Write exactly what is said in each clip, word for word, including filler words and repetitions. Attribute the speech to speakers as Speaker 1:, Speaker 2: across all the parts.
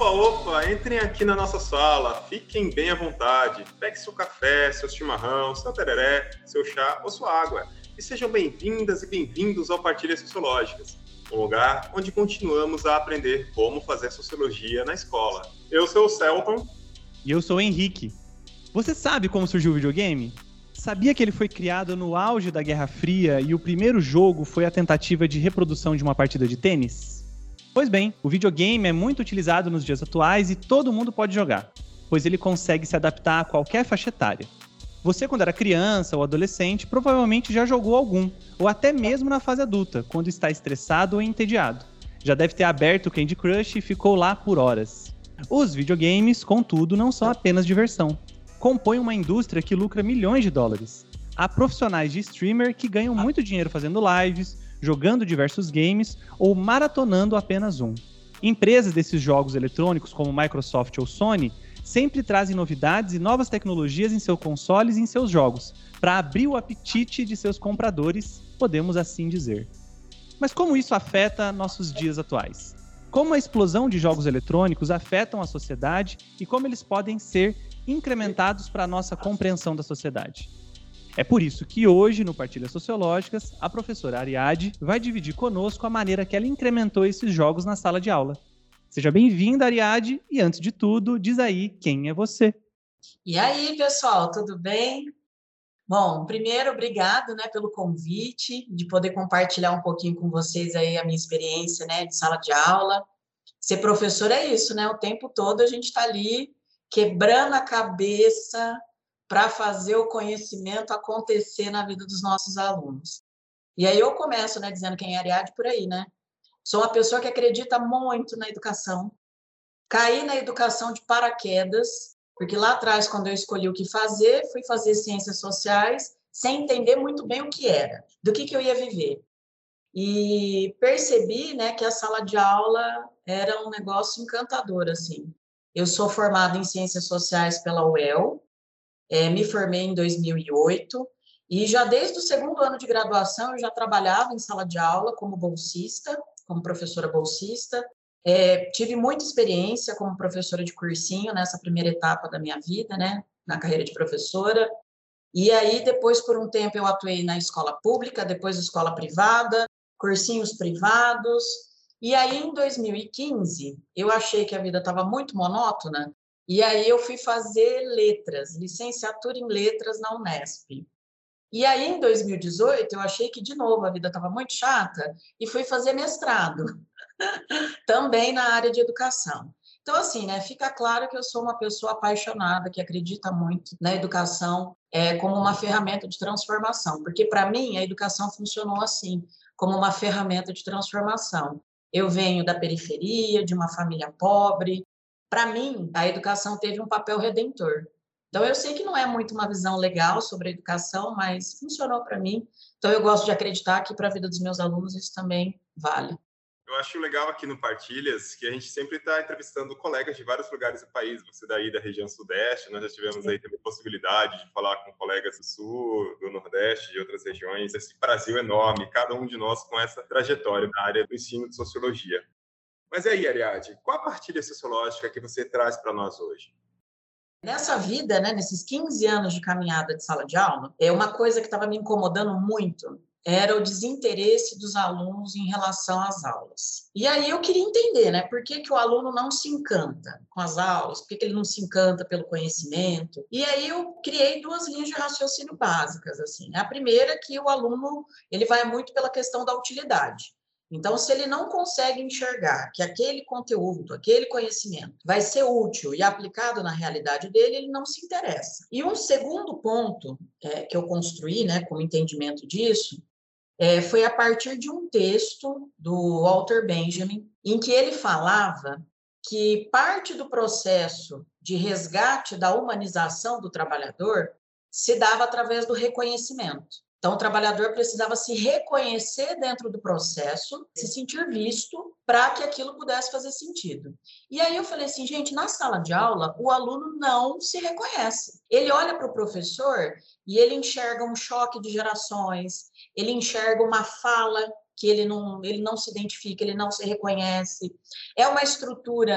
Speaker 1: Opa, opa, entrem aqui na nossa sala, fiquem bem à vontade, pegue seu café, seu chimarrão, seu tereré, seu chá ou sua água e sejam bem-vindas e bem-vindos ao Partilhas Sociológicas, um lugar onde continuamos a aprender como fazer sociologia na escola. Eu sou o Celton.
Speaker 2: E eu sou o Henrique. Você sabe como surgiu o videogame? Sabia que ele foi criado no auge da Guerra Fria e o primeiro jogo foi a tentativa de reprodução de uma partida de tênis? Pois bem, o videogame é muito utilizado nos dias atuais e todo mundo pode jogar, pois ele consegue se adaptar a qualquer faixa etária. Você, quando era criança ou adolescente, provavelmente já jogou algum, ou até mesmo na fase adulta, quando está estressado ou entediado. Já deve ter aberto o Candy Crush e ficou lá por horas. Os videogames, contudo, não são apenas diversão. Compõem uma indústria que lucra milhões de dólares. Há profissionais de streamer que ganham muito dinheiro fazendo lives, jogando diversos games ou maratonando apenas um. Empresas desses jogos eletrônicos, como Microsoft ou Sony, sempre trazem novidades e novas tecnologias em seus consoles e em seus jogos, para abrir o apetite de seus compradores, podemos assim dizer. Mas como isso afeta nossos dias atuais? Como a explosão de jogos eletrônicos afetam a sociedade e como eles podem ser incrementados para a nossa compreensão da sociedade? É por isso que hoje, no Partilhas Sociológicas, a professora Ariadne vai dividir conosco a maneira que ela incrementou esses jogos na sala de aula. Seja bem-vinda, Ariadne, e antes de tudo, diz aí quem é você.
Speaker 3: E aí, pessoal, tudo bem? Bom, primeiro, obrigado, né, pelo convite, de poder compartilhar um pouquinho com vocês aí a minha experiência, né, de sala de aula. Ser professor é isso, né? O tempo todo a gente está ali quebrando a cabeça para fazer o conhecimento acontecer na vida dos nossos alunos. E aí eu começo, né, dizendo quem é Ariadne por aí, né? Sou uma pessoa que acredita muito na educação. Caí na educação de paraquedas, porque lá atrás, quando eu escolhi o que fazer, fui fazer ciências sociais, sem entender muito bem o que era, do que, que eu ia viver. E percebi, né, que a sala de aula era um negócio encantador, assim. Eu sou formada em ciências sociais pela U E L, É, me formei em dois mil e oito e já desde o segundo ano de graduação eu já trabalhava em sala de aula como bolsista, como professora bolsista. É, tive muita experiência como professora de cursinho nessa primeira etapa da minha vida, né, na carreira de professora. E aí, depois, por um tempo, eu atuei na escola pública, depois escola privada, cursinhos privados. E aí, em dois mil e quinze, eu achei que a vida estava muito monótona, e aí eu fui fazer letras, licenciatura em letras na Unesp. E aí, em dois mil e dezoito, eu achei que, de novo, a vida estava muito chata e fui fazer mestrado, também na área de educação. Então, assim, né, fica claro que eu sou uma pessoa apaixonada, que acredita muito na educação é, como uma ferramenta de transformação, porque, para mim, a educação funcionou assim, como uma ferramenta de transformação. Eu venho da periferia, de uma família pobre. Para mim, a educação teve um papel redentor. Então, eu sei que não é muito uma visão legal sobre a educação, mas funcionou para mim. Então, eu gosto de acreditar que para a vida dos meus alunos isso também vale.
Speaker 1: Eu acho legal aqui no Partilhas que a gente sempre está entrevistando colegas de vários lugares do país. Você daí da região sudeste, nós já tivemos aí também possibilidade de falar com colegas do sul, do nordeste, de outras regiões. Esse Brasil enorme, cada um de nós com essa trajetória na área do ensino de sociologia. Mas e aí, Ariadne, qual a partilha sociológica que você traz para nós hoje?
Speaker 3: Nessa vida, né, nesses quinze anos de caminhada de sala de aula, é uma coisa que estava me incomodando muito era o desinteresse dos alunos em relação às aulas. E aí eu queria entender, né, por que, que o aluno não se encanta com as aulas, por que, que ele não se encanta pelo conhecimento. E aí eu criei duas linhas de raciocínio básicas, assim. A primeira é que o aluno ele vai muito pela questão da utilidade. Então, se ele não consegue enxergar que aquele conteúdo, aquele conhecimento vai ser útil e aplicado na realidade dele, ele não se interessa. E um segundo ponto é, que eu construí, né, como entendimento disso, é, foi a partir de um texto do Walter Benjamin, em que ele falava que parte do processo de resgate da humanização do trabalhador se dava através do reconhecimento. Então, o trabalhador precisava se reconhecer dentro do processo, se sentir visto, para que aquilo pudesse fazer sentido. E aí eu falei assim, gente, na sala de aula, o aluno não se reconhece. Ele olha para o professor e ele enxerga um choque de gerações, ele enxerga uma fala que ele não, ele não se identifica, ele não se reconhece. É uma estrutura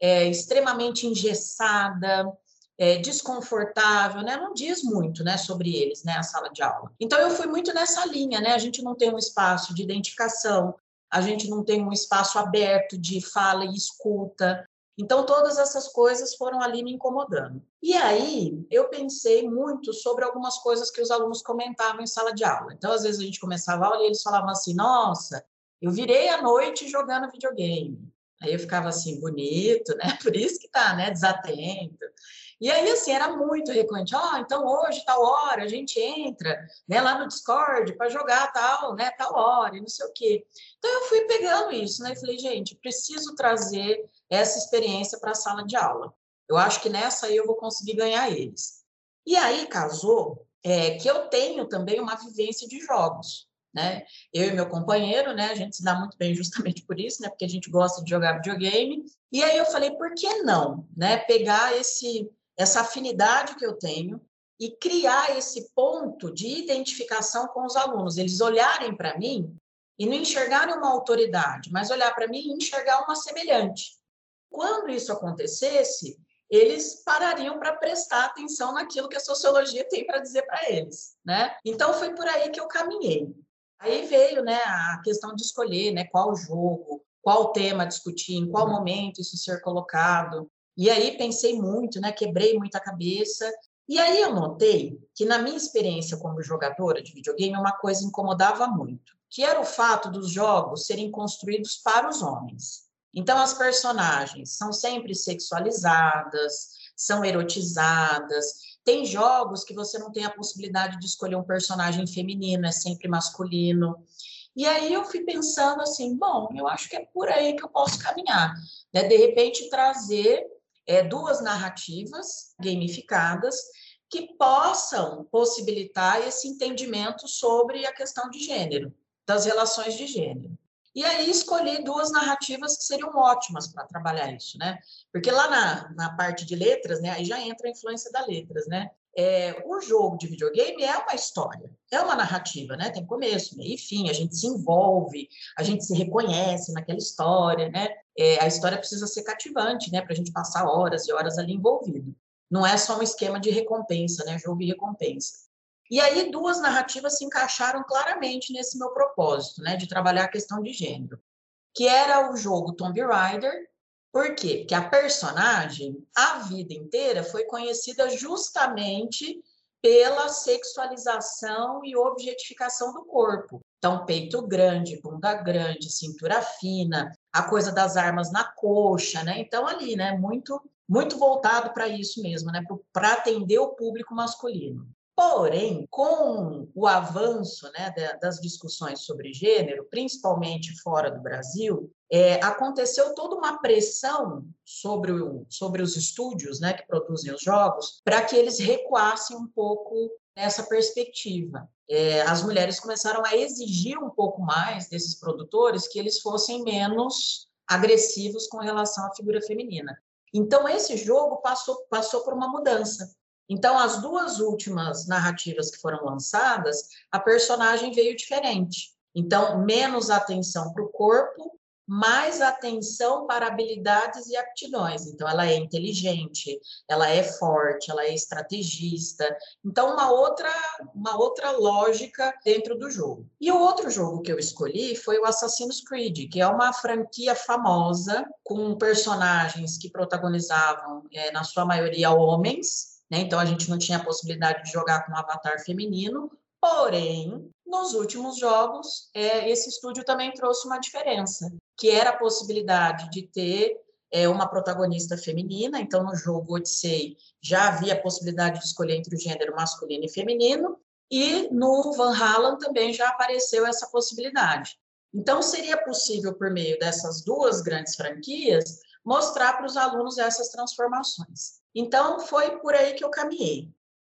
Speaker 3: é, extremamente engessada, é, desconfortável, né? Não diz muito, né, sobre eles, né, a sala de aula. Então, eu fui muito nessa linha, né? A gente não tem um espaço de identificação, a gente não tem um espaço aberto de fala e escuta. Então, todas essas coisas foram ali me incomodando. E aí, eu pensei muito sobre algumas coisas que os alunos comentavam em sala de aula. Então, às vezes, a gente começava a aula e eles falavam assim, nossa, eu virei a noite jogando videogame. Aí eu ficava assim, bonito, né? Por isso que tá, né? Desatento. E aí, assim, era muito recorrente. Ó, oh, então hoje, tal hora, a gente entra, né, lá no Discord para jogar tal, né, tal hora, e não sei o quê. Então, eu fui pegando isso, né? E falei, gente, preciso trazer essa experiência para a sala de aula. Eu acho que nessa aí eu vou conseguir ganhar eles. E aí, casou, é, que eu tenho também uma vivência de jogos, né? Eu e meu companheiro, né, a gente se dá muito bem justamente por isso, né, porque a gente gosta de jogar videogame. E aí eu falei, por que não, né, pegar esse, essa afinidade que eu tenho e criar esse ponto de identificação com os alunos, eles olharem para mim e não enxergarem uma autoridade, mas olhar para mim e enxergar uma semelhante. Quando isso acontecesse, eles parariam para prestar atenção naquilo que a sociologia tem para dizer para eles, né? Então, foi por aí que eu caminhei. Aí veio, né, a questão de escolher, né, qual jogo, qual tema discutir, em qual momento isso ser colocado. E aí pensei muito, né, quebrei muita cabeça. E aí eu notei que, na minha experiência como jogadora de videogame, uma coisa incomodava muito, que era o fato dos jogos serem construídos para os homens. Então, as personagens são sempre sexualizadas, são erotizadas. Tem jogos que você não tem a possibilidade de escolher um personagem feminino, é sempre masculino. E aí eu fui pensando assim, bom, eu acho que é por aí que eu posso caminhar, né? De repente, trazer é, duas narrativas gamificadas que possam possibilitar esse entendimento sobre a questão de gênero, das relações de gênero. E aí escolhi duas narrativas que seriam ótimas para trabalhar isso, né? Porque lá na, na parte de letras, né, aí já entra a influência das letras, né? É, o jogo de videogame é uma história, é uma narrativa, né? Tem começo, meio e fim, a gente se envolve, a gente se reconhece naquela história, né? É, a história precisa ser cativante, né? Para a gente passar horas e horas ali envolvido. Não é só um esquema de recompensa, né? Jogo e recompensa. E aí duas narrativas se encaixaram claramente nesse meu propósito, né, de trabalhar a questão de gênero, que era o jogo Tomb Raider. Por quê? Porque a personagem, a vida inteira, foi conhecida justamente pela sexualização e objetificação do corpo. Então, peito grande, bunda grande, cintura fina, a coisa das armas na coxa, né? Então, ali, né, muito, muito voltado para isso mesmo, né, para atender o público masculino. Porém, com o avanço, né, das discussões sobre gênero, principalmente fora do Brasil, é, aconteceu toda uma pressão sobre, o, sobre os estúdios, né, que produzem os jogos, para que eles recuassem um pouco nessa perspectiva. É, as mulheres começaram a exigir um pouco mais desses produtores que eles fossem menos agressivos com relação à figura feminina. Então, esse jogo passou, passou por uma mudança. Então, as duas últimas narrativas que foram lançadas, a personagem veio diferente. Então, menos atenção para o corpo, mais atenção para habilidades e aptidões. Então, ela é inteligente, ela é forte, ela é estrategista. Então, uma outra, uma outra lógica dentro do jogo. E o outro jogo que eu escolhi foi o Assassin's Creed, que é uma franquia famosa, com personagens que protagonizavam, é, na sua maioria, homens. Então, a gente não tinha a possibilidade de jogar com um avatar feminino, porém, nos últimos jogos, é, esse estúdio também trouxe uma diferença, que era a possibilidade de ter é, uma protagonista feminina. Então, no jogo Odyssey, já havia a possibilidade de escolher entre o gênero masculino e feminino, e no Valhalla também já apareceu essa possibilidade. Então, seria possível, por meio dessas duas grandes franquias, mostrar para os alunos essas transformações. Então, foi por aí que eu caminhei.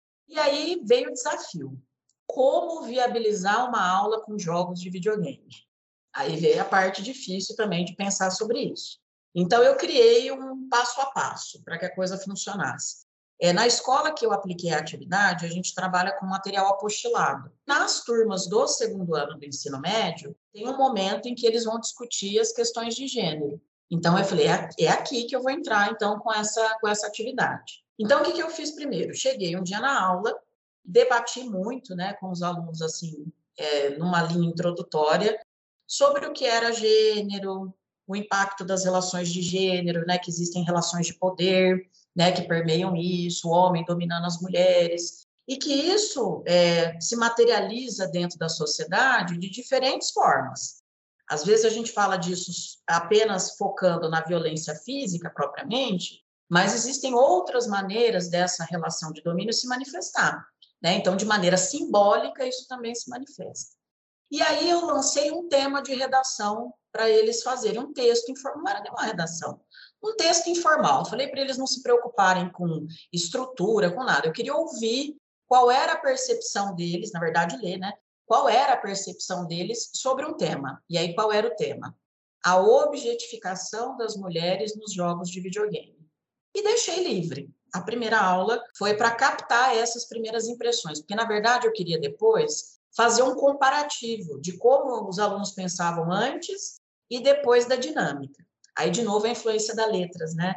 Speaker 3: E aí veio o desafio. Como viabilizar uma aula com jogos de videogame? Aí veio a parte difícil também de pensar sobre isso. Então, eu criei um passo a passo para que a coisa funcionasse. É, na escola que eu apliquei a atividade, a gente trabalha com material apostilado. Nas turmas do segundo ano do ensino médio, tem um momento em que eles vão discutir as questões de gênero. Então, eu falei, é, é aqui que eu vou entrar, então, com essa, com essa atividade. Então, o que, que eu fiz primeiro? Cheguei um dia na aula, debati muito, né, com os alunos, assim, é, numa linha introdutória, sobre o que era gênero, o impacto das relações de gênero, né, que existem relações de poder, né, que permeiam isso, o homem dominando as mulheres, e que isso é, se materializa dentro da sociedade de diferentes formas. Às vezes a gente fala disso apenas focando na violência física propriamente, mas existem outras maneiras dessa relação de domínio se manifestar, né? Então, de maneira simbólica, isso também se manifesta. E aí eu lancei um tema de redação para eles fazerem um texto informal, não era nenhuma redação, um texto informal. Falei para eles não se preocuparem com estrutura, com nada. Eu queria ouvir qual era a percepção deles, na verdade, ler, né? Qual era a percepção deles sobre um tema. E aí, qual era o tema? A objetificação das mulheres nos jogos de videogame. E deixei livre. A primeira aula foi para captar essas primeiras impressões, porque, na verdade, eu queria depois fazer um comparativo de como os alunos pensavam antes e depois da dinâmica. Aí, de novo, a influência das letras, né?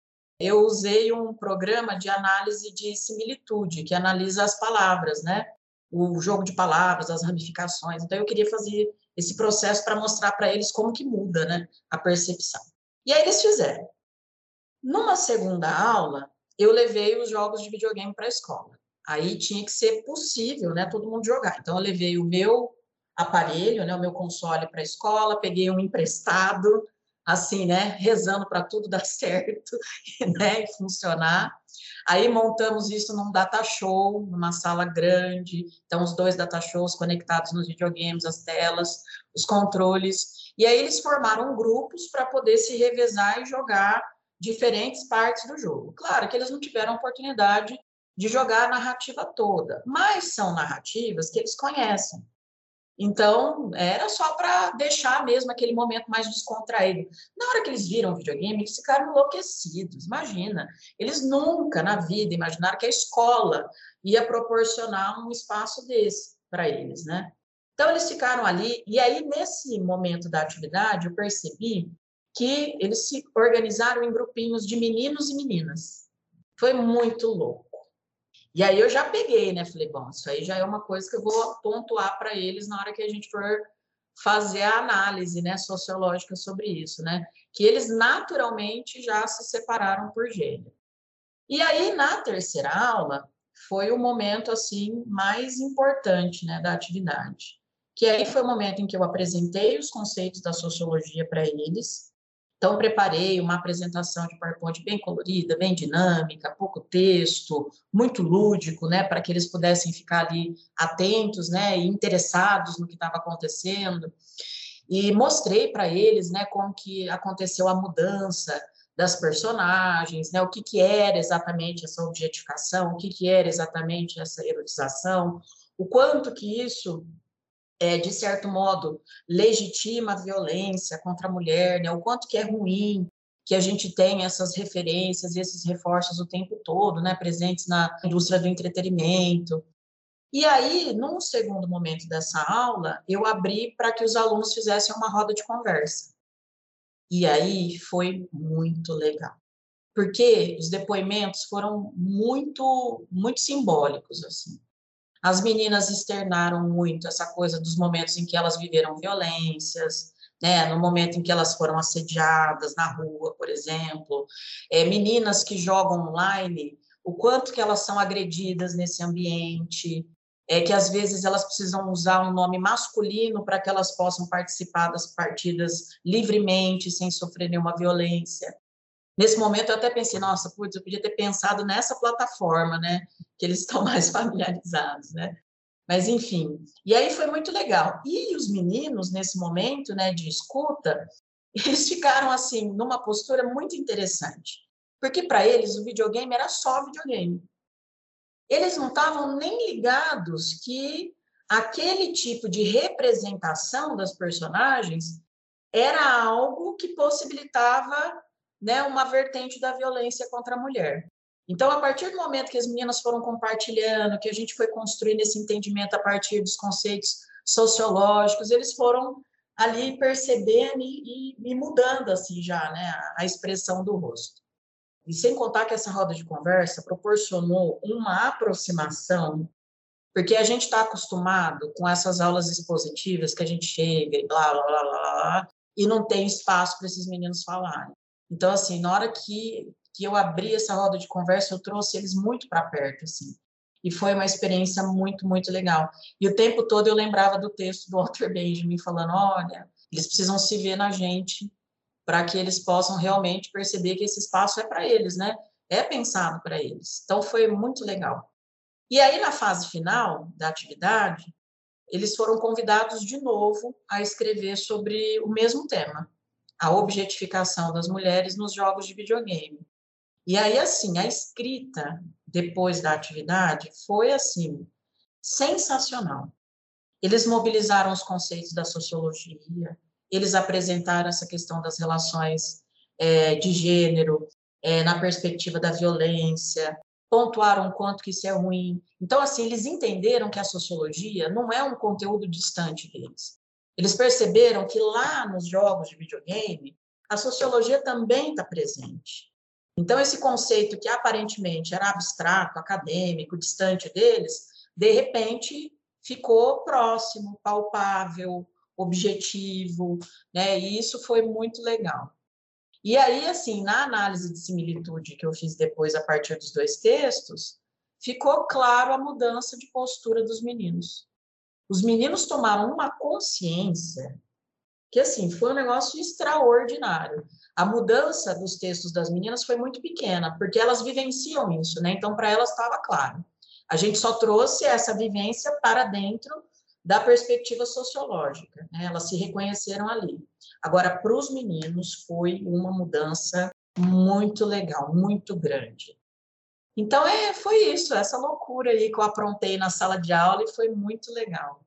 Speaker 3: Eu usei um programa de análise de similitude, que analisa as palavras, né? O jogo de palavras, as ramificações. Então, eu queria fazer esse processo para mostrar para eles como que muda, né, a percepção. E aí eles fizeram. Numa segunda aula, eu levei os jogos de videogame para a escola. Aí tinha que ser possível, né, todo mundo jogar. Então, eu levei o meu aparelho, né, o meu console para a escola, peguei um emprestado, assim, né, rezando para tudo dar certo, né, e funcionar. Aí montamos isso num data show, numa sala grande, então os dois data shows conectados nos videogames, as telas, os controles, e aí eles formaram grupos para poder se revezar e jogar diferentes partes do jogo. Claro que eles não tiveram oportunidade de jogar a narrativa toda, mas são narrativas que eles conhecem. Então, era só para deixar mesmo aquele momento mais descontraído. Na hora que eles viram o videogame, eles ficaram enlouquecidos, imagina. Eles nunca na vida imaginaram que a escola ia proporcionar um espaço desse para eles, né? Então, eles ficaram ali, e aí, nesse momento da atividade, eu percebi que eles se organizaram em grupinhos de meninos e meninas. Foi muito louco. E aí eu já peguei, né? Falei, bom, isso aí já é uma coisa que eu vou pontuar para eles na hora que a gente for fazer a análise, né, sociológica sobre isso, né? Que eles naturalmente já se separaram por gênero. E aí, na terceira aula, foi o momento, assim, mais importante, né, da atividade. Que aí foi o momento em que eu apresentei os conceitos da sociologia para eles. Então, preparei uma apresentação de PowerPoint bem colorida, bem dinâmica, pouco texto, muito lúdico, né, para que eles pudessem ficar ali atentos, né, e interessados no que estava acontecendo. E mostrei para eles, né, como que aconteceu a mudança das personagens, né, o que, que era exatamente essa objetificação, o que, que era exatamente essa erotização, o quanto que isso... É, de certo modo, legitima a violência contra a mulher, né? O quanto que é ruim que a gente tenha essas referências, esses reforços o tempo todo, né? Presentes na indústria do entretenimento. E aí, num segundo momento dessa aula, eu abri para que os alunos fizessem uma roda de conversa. E aí foi muito legal, porque os depoimentos foram muito, muito simbólicos, assim. As meninas externaram muito essa coisa dos momentos em que elas viveram violências, né? No momento em que elas foram assediadas na rua, por exemplo. É, meninas que jogam online, o quanto que elas são agredidas nesse ambiente, é, que às vezes elas precisam usar um nome masculino para que elas possam participar das partidas livremente, sem sofrer nenhuma violência. Nesse momento, eu até pensei, nossa, putz, eu podia ter pensado nessa plataforma, né? Que eles estão mais familiarizados, né? Mas, enfim. E aí foi muito legal. E os meninos, nesse momento, né, de escuta, eles ficaram, assim, numa postura muito interessante. Porque, para eles, o videogame era só videogame. Eles não estavam nem ligados que aquele tipo de representação das personagens era algo que possibilitava, né, uma vertente da violência contra a mulher. Então, a partir do momento que as meninas foram compartilhando, que a gente foi construindo esse entendimento a partir dos conceitos sociológicos, eles foram ali percebendo e, e, e mudando assim já, né, a, a expressão do rosto. E sem contar que essa roda de conversa proporcionou uma aproximação, porque a gente está acostumado com essas aulas expositivas que a gente chega e blá, blá, blá, blá, e não tem espaço para esses meninos falarem. Então, assim, na hora que, que eu abri essa roda de conversa, eu trouxe eles muito para perto, assim. E foi uma experiência muito, muito legal. E o tempo todo eu lembrava do texto do Walter Benjamin falando, olha, eles precisam se ver na gente para que eles possam realmente perceber que esse espaço é para eles, né? É pensado para eles. Então, foi muito legal. E aí, na fase final da atividade, eles foram convidados de novo a escrever sobre o mesmo tema, a objetificação das mulheres nos jogos de videogame. E aí, assim, a escrita depois da atividade foi, assim, sensacional. Eles mobilizaram os conceitos da sociologia, eles apresentaram essa questão das relações é, de gênero, é, na perspectiva da violência, pontuaram o quanto que isso é ruim. Então, assim, eles entenderam que a sociologia não é um conteúdo distante deles. Eles perceberam que lá nos jogos de videogame, a sociologia também está presente. Então, esse conceito que aparentemente era abstrato, acadêmico, distante deles, de repente ficou próximo, palpável, objetivo, né? E isso foi muito legal. E aí, assim, na análise de similitude que eu fiz depois a partir dos dois textos, ficou claro a mudança de postura dos meninos. Os meninos tomaram uma consciência que, assim, foi um negócio extraordinário. A mudança dos textos das meninas foi muito pequena, porque elas vivenciam isso, né? Então, para elas estava claro. A gente só trouxe essa vivência para dentro da perspectiva sociológica, né? Elas se reconheceram ali. Agora, para os meninos, foi uma mudança muito legal, muito grande. Então, é, foi isso, essa loucura aí que eu aprontei na sala de aula e foi muito legal.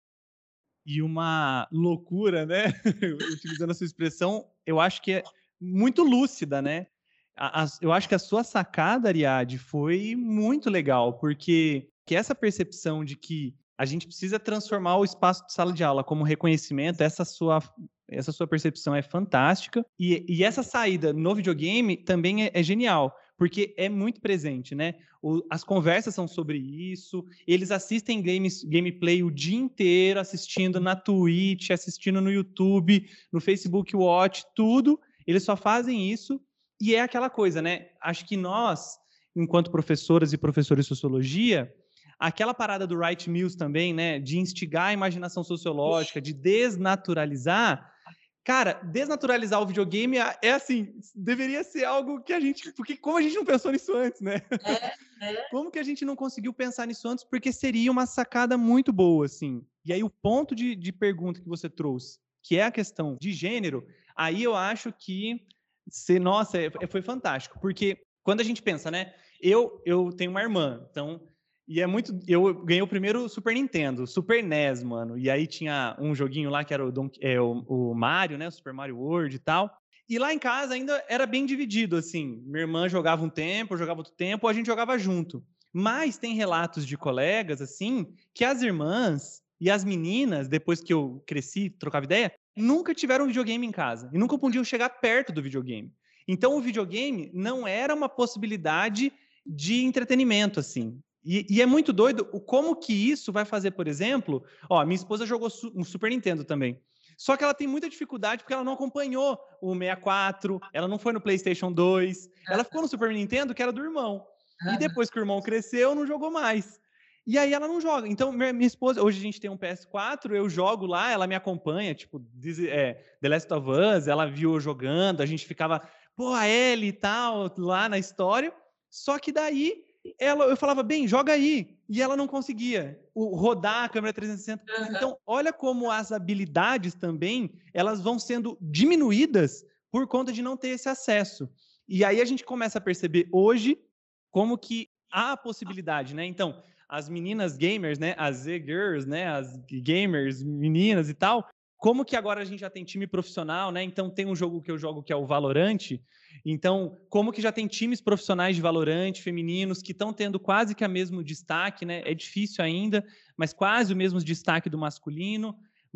Speaker 2: E uma loucura, né? Utilizando a sua expressão, eu acho que é muito lúcida, né? A, a, eu acho que a sua sacada, Ariadne, foi muito legal, porque que essa percepção de que a gente precisa transformar o espaço de sala de aula como reconhecimento, essa sua, essa sua percepção é fantástica. E, e essa saída no videogame também é, é genial, porque é muito presente, né? O, as conversas são sobre isso, eles assistem games, gameplay o dia inteiro, assistindo na Twitch, assistindo no YouTube, no Facebook Watch, tudo. Eles só fazem isso e é aquela coisa, né? Acho que nós, enquanto professoras e professores de sociologia, aquela parada do Wright Mills também, né, de instigar a imaginação sociológica, de desnaturalizar, cara, desnaturalizar o videogame é assim, deveria ser algo que a gente, porque como a gente não pensou nisso antes, né? É, é. Como que a gente não conseguiu pensar nisso antes? Porque seria uma sacada muito boa, assim. E aí o ponto de, de pergunta que você trouxe, que é a questão de gênero, aí eu acho que, se, nossa, foi fantástico, porque quando a gente pensa, né, eu, eu tenho uma irmã, então... E é muito... Eu ganhei o primeiro Super Nintendo, Super N E S, mano. E aí tinha um joguinho lá que era o, Don, é, o, o Mario, né? O Super Mario World e tal. E lá em casa ainda era bem dividido, assim. Minha irmã jogava um tempo, eu jogava outro tempo, a gente jogava junto. Mas tem relatos de colegas, assim, que as irmãs e as meninas, depois que eu cresci, trocava ideia, nunca tiveram videogame em casa. E nunca podiam chegar perto do videogame. Então o videogame não era uma possibilidade de entretenimento, assim. E, e é muito doido o como que isso vai fazer, por exemplo... Ó, minha esposa jogou su- um Super Nintendo também. Só que ela tem muita dificuldade porque ela não acompanhou o sessenta e quatro, ela não foi no PlayStation dois, ela ficou no Super Nintendo, que era do irmão. E depois que o irmão cresceu, não jogou mais. E aí ela não joga. Então, minha, minha esposa... Hoje a gente tem um P S quatro, eu jogo lá, ela me acompanha, tipo, diz, é, The Last of Us, ela viu eu jogando, a gente ficava, pô, a Ellie e tal, lá na história. Só que daí... Ela, eu falava, bem, joga aí. E ela não conseguia o, rodar a câmera trezentos e sessenta. Uhum. Então, olha como as habilidades também, elas vão sendo diminuídas por conta de não ter esse acesso. E aí a gente começa a perceber hoje como que há a possibilidade, né? Então, as meninas gamers, né? As Z-girls, né? As gamers, meninas e tal, como que agora a gente já tem time profissional, né? Então, tem um jogo que eu jogo que é o Valorant. Então, como que já tem times profissionais de Valorant, femininos, que estão tendo quase que o mesmo destaque, né? É difícil ainda, mas quase o mesmo destaque do masculino.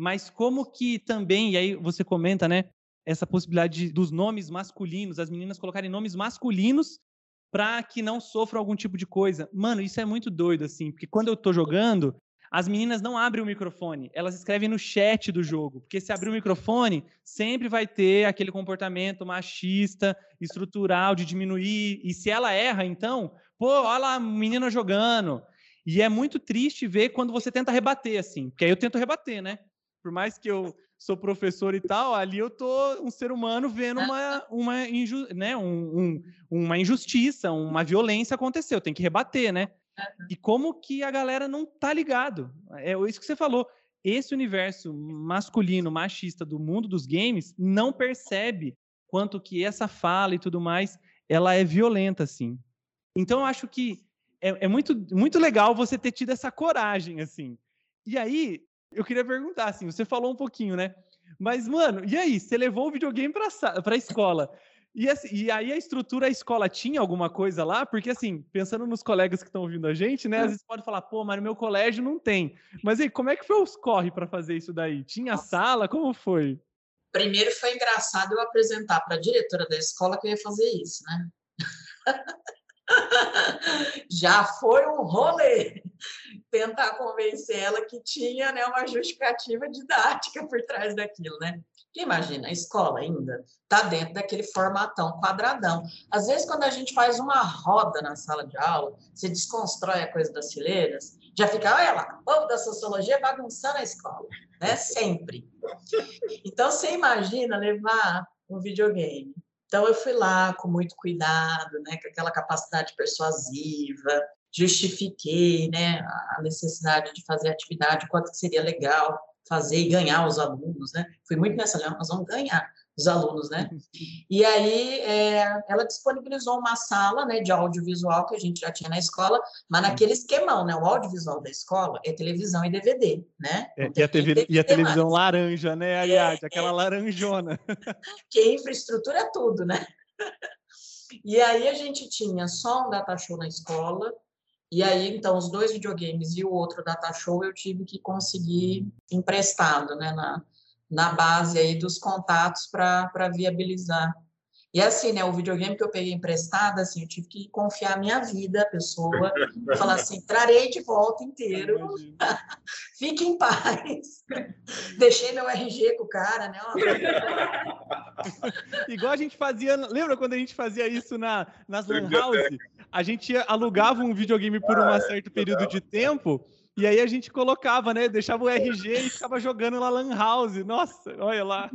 Speaker 2: mas como que também, e aí você comenta, né, essa possibilidade de, dos nomes masculinos, as meninas colocarem nomes masculinos para que não sofram algum tipo de coisa. Mano, isso é muito doido, assim, porque quando eu tô jogando, as meninas não abrem o microfone, elas escrevem no chat do jogo, porque se abrir o microfone, sempre vai ter aquele comportamento machista, estrutural, de diminuir, e se ela erra, então, pô, olha lá a menina jogando. E é muito triste ver quando você tenta rebater, assim, porque aí eu tento rebater, né? Por mais que eu sou professor e tal, ali eu tô um ser humano vendo uma, uma, inju, né? um, um, uma injustiça, uma violência acontecer, eu tenho que rebater, né? E como que a galera não tá ligado. É isso que você falou. Esse universo masculino, machista do mundo dos games não percebe quanto que essa fala e tudo mais, ela é violenta, assim. Então, eu acho que é, é muito, muito legal você ter tido essa coragem, assim. E aí, eu queria perguntar, assim, você falou um pouquinho, né? Mas, mano, e aí? Você levou o videogame pra, pra escola. E, assim, e aí a estrutura, a escola tinha alguma coisa lá? Porque, assim, pensando nos colegas que estão ouvindo a gente, né? Às vezes pode falar, pô, mas no meu colégio não tem. Mas aí, como é que foi os corre para fazer isso daí? Tinha sala? Como foi?
Speaker 3: Primeiro foi engraçado eu apresentar para a diretora da escola que eu ia fazer isso, né? Já foi um rolê tentar convencer ela que tinha, né, uma justificativa didática por trás daquilo, né? Porque imagina, a escola ainda está dentro daquele formatão quadradão. Às vezes, quando a gente faz uma roda na sala de aula, você desconstrói a coisa das fileiras, já fica, olha lá, o povo da sociologia bagunçando a escola, né? Sempre. Então, você imagina levar um videogame. Então, eu fui lá com muito cuidado, né, com aquela capacidade persuasiva, justifiquei, né, a necessidade de fazer atividade, o quanto que seria legal fazer e ganhar os alunos, né? Fui muito nessa, nós vamos ganhar os alunos, né? E aí, é, ela disponibilizou uma sala, né, de audiovisual que a gente já tinha na escola, mas naquele esquemão, né? O audiovisual da escola é televisão e D V D, né?
Speaker 2: É, e, a T V, e a televisão mais. Laranja, né, Ariadne? É, aquela é. laranjona.
Speaker 3: Que infraestrutura é tudo, né? E aí a gente tinha só um data show na escola, e aí, então, os dois videogames e o outro data show eu tive que conseguir emprestado, né, na, na base aí dos contatos para viabilizar. E assim, né, o videogame que eu peguei emprestado, assim, eu tive que confiar a minha vida, a pessoa, falar assim, trarei de volta inteiro, fique em paz. Deixei meu R G com o cara, né?
Speaker 2: Igual a gente fazia, lembra quando a gente fazia isso na, nas lan house? A gente alugava um videogame por um certo período de tempo, e aí a gente colocava, né, deixava o R G e ficava jogando na lan house. Nossa, olha lá.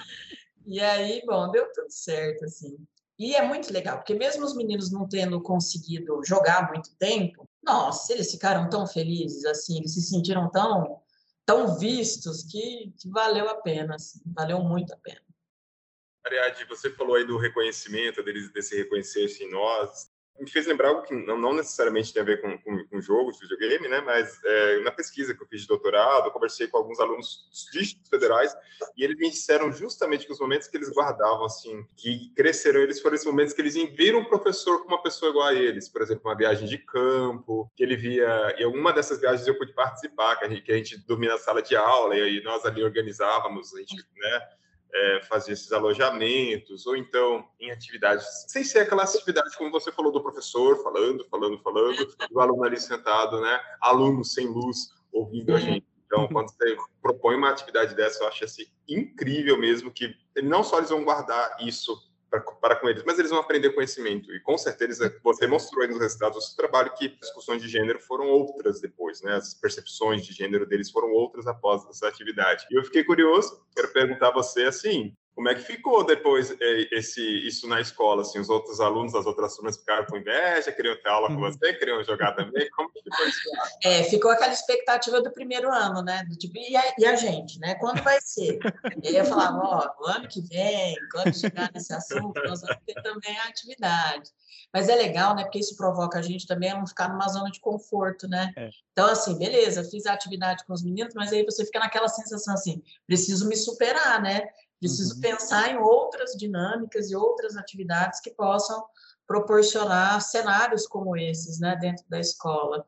Speaker 3: E aí, bom, deu tudo certo, assim. E é muito legal, porque mesmo os meninos não tendo conseguido jogar muito tempo, nossa, eles ficaram tão felizes, assim, eles se sentiram tão, tão vistos que, que valeu a pena, assim, valeu muito a pena.
Speaker 1: Ariadne, você falou aí do reconhecimento, deles, desse reconhecer-se em nós. Me fez lembrar algo que não, não necessariamente tem a ver com, com, com jogos de videogame, né? Mas é, na pesquisa que eu fiz de doutorado, eu conversei com alguns alunos dos dígitos federais e eles me disseram justamente que os momentos que eles guardavam, assim, que cresceram, eles foram esses momentos que eles viram o professor como uma pessoa igual a eles. Por exemplo, uma viagem de campo, que ele via... E alguma dessas viagens eu pude participar, que a gente, que a gente dormia na sala de aula e aí nós ali organizávamos, a gente, né? É, fazer esses alojamentos, ou então em atividades, sem ser aquela atividade como você falou do professor, falando, falando, falando, o aluno ali sentado, né? Aluno sem luz, ouvindo a gente. Então, quando você propõe uma atividade dessa, eu acho assim, incrível mesmo, que não só eles vão guardar isso para, para com eles, mas eles vão aprender conhecimento. E com certeza você mostrou aí nos resultados do seu trabalho que as discussões de gênero foram outras depois, né? As percepções de gênero deles foram outras após essa atividade. E eu fiquei curioso, quero perguntar a você assim, como é que ficou depois esse, isso na escola? Assim, os outros alunos das outras turmas ficaram com inveja, queriam ter aula com você, queriam jogar também? Como que ficou isso?
Speaker 3: É, ficou aquela expectativa do primeiro ano, né? Do tipo, e a, e a gente, né? Quando vai ser? E aí eu falava, ó, o ano que vem, quando chegar nesse assunto, nós vamos ter também a atividade. Mas é legal, né? Porque isso provoca a gente também a não ficar numa zona de conforto, né? É. Então, assim, beleza, fiz a atividade com os meninos, mas aí você fica naquela sensação assim, preciso me superar, né? Preciso uhum. pensar em outras dinâmicas e outras atividades que possam proporcionar cenários como esses, né, dentro da escola.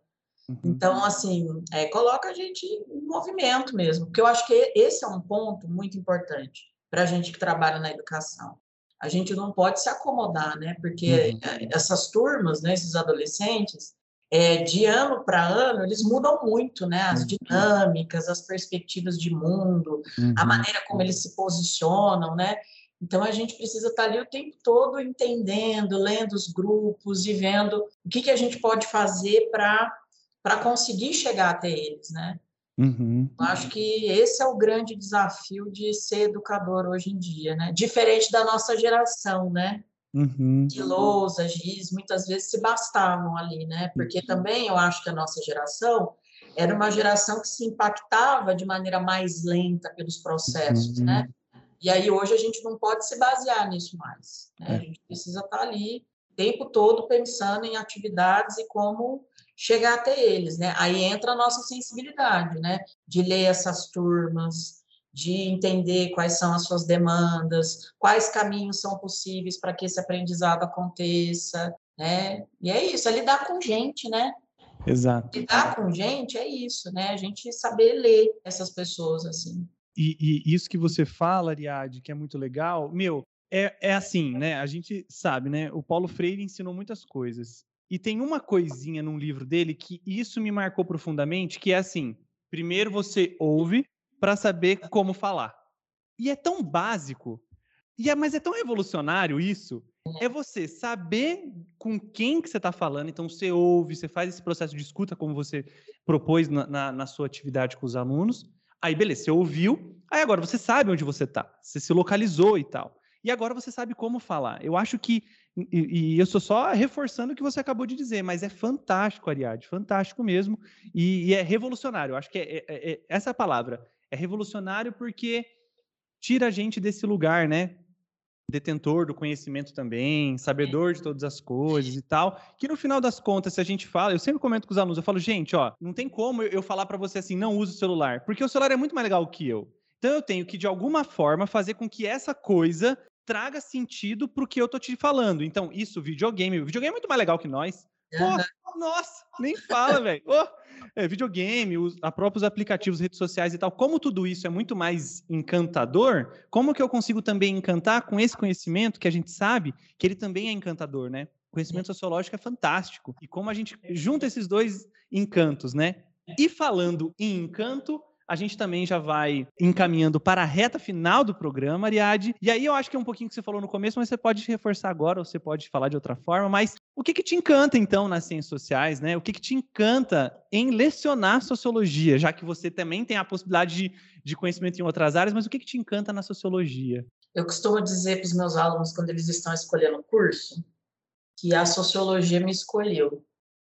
Speaker 3: Uhum. Então, assim, é, coloca a gente em movimento mesmo, porque eu acho que esse é um ponto muito importante para a gente que trabalha na educação. A gente não pode se acomodar, né? Porque uhum. essas turmas, né, esses adolescentes, é, de ano para ano, eles mudam muito, né? As dinâmicas, as perspectivas de mundo, uhum. a maneira como eles se posicionam, né? Então, a gente precisa estar ali o tempo todo entendendo, lendo os grupos e vendo o que, que a gente pode fazer para para conseguir chegar até eles, né?
Speaker 2: Uhum.
Speaker 3: Eu acho que esse é o grande desafio de ser educador hoje em dia, né? Diferente da nossa geração, né?
Speaker 2: Uhum.
Speaker 3: De lousa, giz, muitas vezes se bastavam ali, né? Porque também eu acho que a nossa geração era uma geração que se impactava de maneira mais lenta pelos processos, uhum. né? E aí hoje a gente não pode se basear nisso mais, né? É. A gente precisa estar ali o tempo todo pensando em atividades e como chegar até eles, né? Aí entra a nossa sensibilidade, né? De ler essas turmas, de entender quais são as suas demandas, quais caminhos são possíveis para que esse aprendizado aconteça, né? E é isso, é lidar com gente, né?
Speaker 2: Exato.
Speaker 3: Lidar com gente é isso, né? A gente saber ler essas pessoas, assim.
Speaker 2: E, e isso que você fala, Ariadne, que é muito legal, meu, é, é assim, né? A gente sabe, né? O Paulo Freire ensinou muitas coisas. E tem uma coisinha num livro dele que isso me marcou profundamente, que é assim, primeiro você ouve para saber como falar. E é tão básico, e é, mas é tão revolucionário isso, é você saber com quem que você está falando, então você ouve, você faz esse processo de escuta, como você propôs na, na, na sua atividade com os alunos, aí beleza, você ouviu, aí agora você sabe onde você está, você se localizou e tal, e agora você sabe como falar. Eu acho que, e, e eu estou só reforçando o que você acabou de dizer, mas é fantástico, Ariadne, fantástico mesmo, e, e é revolucionário. Eu acho que é, é, é, essa é a palavra, é revolucionário porque tira a gente desse lugar, né? Detentor do conhecimento também, sabedor de todas as coisas e tal, que no final das contas, se a gente fala, eu sempre comento com os alunos, eu falo, gente, ó, não tem como eu falar para você assim, não use o celular, porque o celular é muito mais legal que eu. Então eu tenho que, de alguma forma, fazer com que essa coisa traga sentido pro que eu tô te falando. Então, isso, videogame, o videogame é muito mais legal que nós. Pô, nossa, nem fala, velho. Oh, é, videogame, os a próprios aplicativos, redes sociais e tal, como tudo isso é muito mais encantador, como que eu consigo também encantar com esse conhecimento que a gente sabe que ele também é encantador, né? O conhecimento sociológico é fantástico. E como a gente junta esses dois encantos, né? E falando em encanto, a gente também já vai encaminhando para a reta final do programa, Ariadne. E aí eu acho que é um pouquinho que você falou no começo, mas você pode reforçar agora, ou você pode falar de outra forma. Mas o que, que te encanta, então, nas ciências sociais, né? O que, que te encanta em lecionar sociologia, já que você também tem a possibilidade de, de conhecimento em outras áreas, mas o que, que te encanta na sociologia?
Speaker 3: Eu costumo dizer para os meus alunos, quando eles estão escolhendo o curso, que a sociologia me escolheu.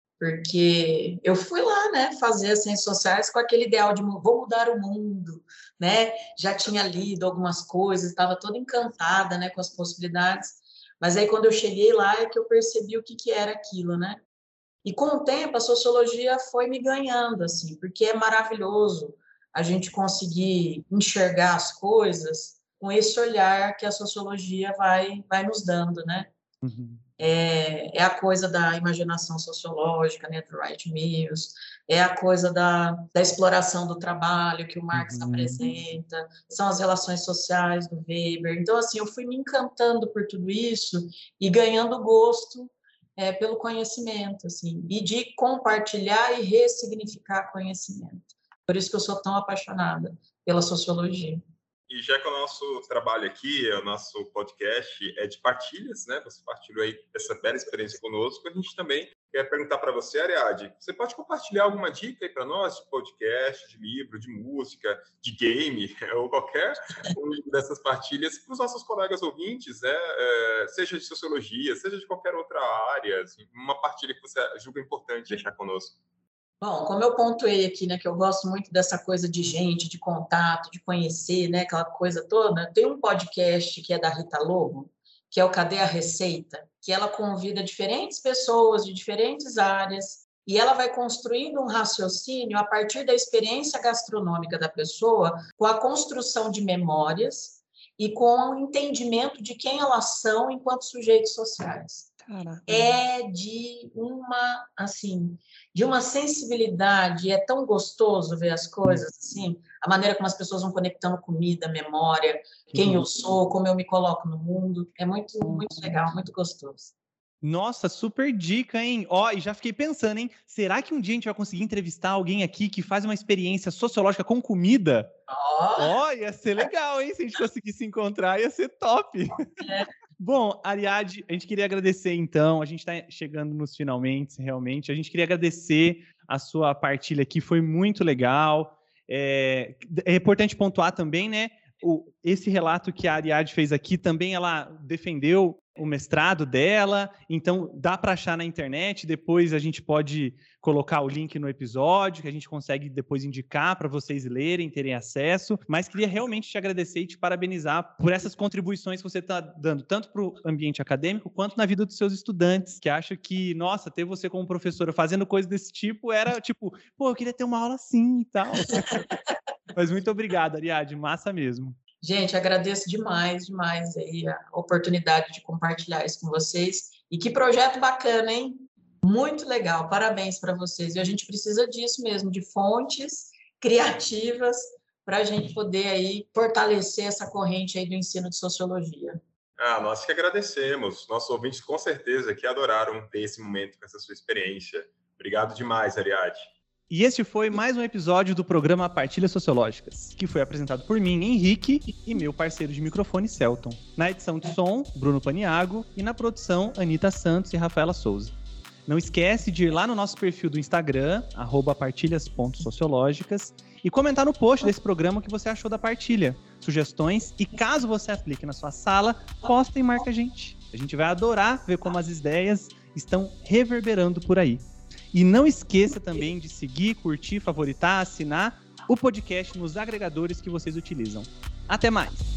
Speaker 3: Porque eu fui lá, né, fazer as ciências sociais com aquele ideal de vou mudar o mundo, né? Já tinha lido algumas coisas, estava toda encantada, né, com as possibilidades. Mas aí quando eu cheguei lá é que eu percebi o que que era aquilo, né? E com o tempo a sociologia foi me ganhando, assim, porque é maravilhoso a gente conseguir enxergar as coisas com esse olhar que a sociologia vai vai nos dando, né?
Speaker 2: Uhum.
Speaker 3: É, é a coisa da imaginação sociológica, né, do Wright Mills, é a coisa da, da exploração do trabalho que o Marx uhum. apresenta, são as relações sociais do Weber. Então, assim, eu fui me encantando por tudo isso e ganhando gosto é, pelo conhecimento, assim, e de compartilhar e ressignificar conhecimento. Por isso que eu sou tão apaixonada pela sociologia.
Speaker 1: E já que o nosso trabalho aqui, o nosso podcast é de partilhas, né? Você partilhou aí essa bela experiência conosco. A gente também quer perguntar para você, Ariadne, você pode compartilhar alguma dica aí para nós de podcast, de livro, de música, de game, ou qualquer um dessas partilhas para os nossos colegas ouvintes, né? É, seja de sociologia, seja de qualquer outra área, assim, uma partilha que você julga importante deixar conosco.
Speaker 3: Bom, como eu pontuei aqui, né, que eu gosto muito dessa coisa de gente, de contato, de conhecer, né, aquela coisa toda, tem um podcast que é da Rita Lobo, que é o Cadê a Receita? Que ela convida diferentes pessoas de diferentes áreas e ela vai construindo um raciocínio a partir da experiência gastronômica da pessoa, com a construção de memórias e com o entendimento de quem elas são enquanto sujeitos sociais.
Speaker 2: Caraca.
Speaker 3: é de uma, assim, de uma sensibilidade, é tão gostoso ver as coisas, assim, a maneira como as pessoas vão conectando comida, memória, quem eu sou, como eu me coloco no mundo, é muito, muito legal, muito gostoso.
Speaker 2: Nossa, super dica, hein? Ó, e já fiquei pensando, hein? Será que um dia a gente vai conseguir entrevistar alguém aqui que faz uma experiência sociológica com comida? Ó, oh, ia ser legal, hein? Se a gente conseguisse se encontrar, ia ser top.
Speaker 3: É.
Speaker 2: Bom, Ariadne, a gente queria agradecer, então. A gente está chegando nos finalmente, realmente. A gente queria agradecer a sua partilha aqui, foi muito legal. É, é importante pontuar também, né? O, esse relato que a Ariadne fez aqui, também ela defendeu o mestrado dela, então dá para achar na internet, depois a gente pode colocar o link no episódio, que a gente consegue depois indicar para vocês lerem, terem acesso, mas queria realmente te agradecer e te parabenizar por essas contribuições que você está dando, tanto para o ambiente acadêmico, quanto na vida dos seus estudantes, que acham que, nossa, ter você como professora fazendo coisas desse tipo era tipo, pô, eu queria ter uma aula assim e tal. Mas muito obrigado, Ariadne, massa mesmo.
Speaker 3: Gente, agradeço demais, demais aí a oportunidade de compartilhar isso com vocês. E que projeto bacana, hein? Muito legal, parabéns para vocês. E a gente precisa disso mesmo, de fontes criativas para a gente poder aí fortalecer essa corrente aí do ensino de sociologia.
Speaker 1: Ah, nós que agradecemos. Nossos ouvintes com certeza que adoraram ter esse momento com essa sua experiência. Obrigado demais, Ariadne.
Speaker 2: E este foi mais um episódio do programa Partilhas Sociológicas, que foi apresentado por mim, Henrique, e meu parceiro de microfone, Celton. Na edição de som, Bruno Paniago, e na produção, Anitta Santos e Rafaela Souza. Não esquece de ir lá no nosso perfil do Instagram, arroba partilhas ponto sociológicas, e comentar no post desse programa o que você achou da partilha, sugestões, e caso você aplique na sua sala, posta e marca a gente. A gente vai adorar ver como as ideias estão reverberando por aí. E não esqueça também de seguir, curtir, favoritar, assinar o podcast nos agregadores que vocês utilizam. Até mais!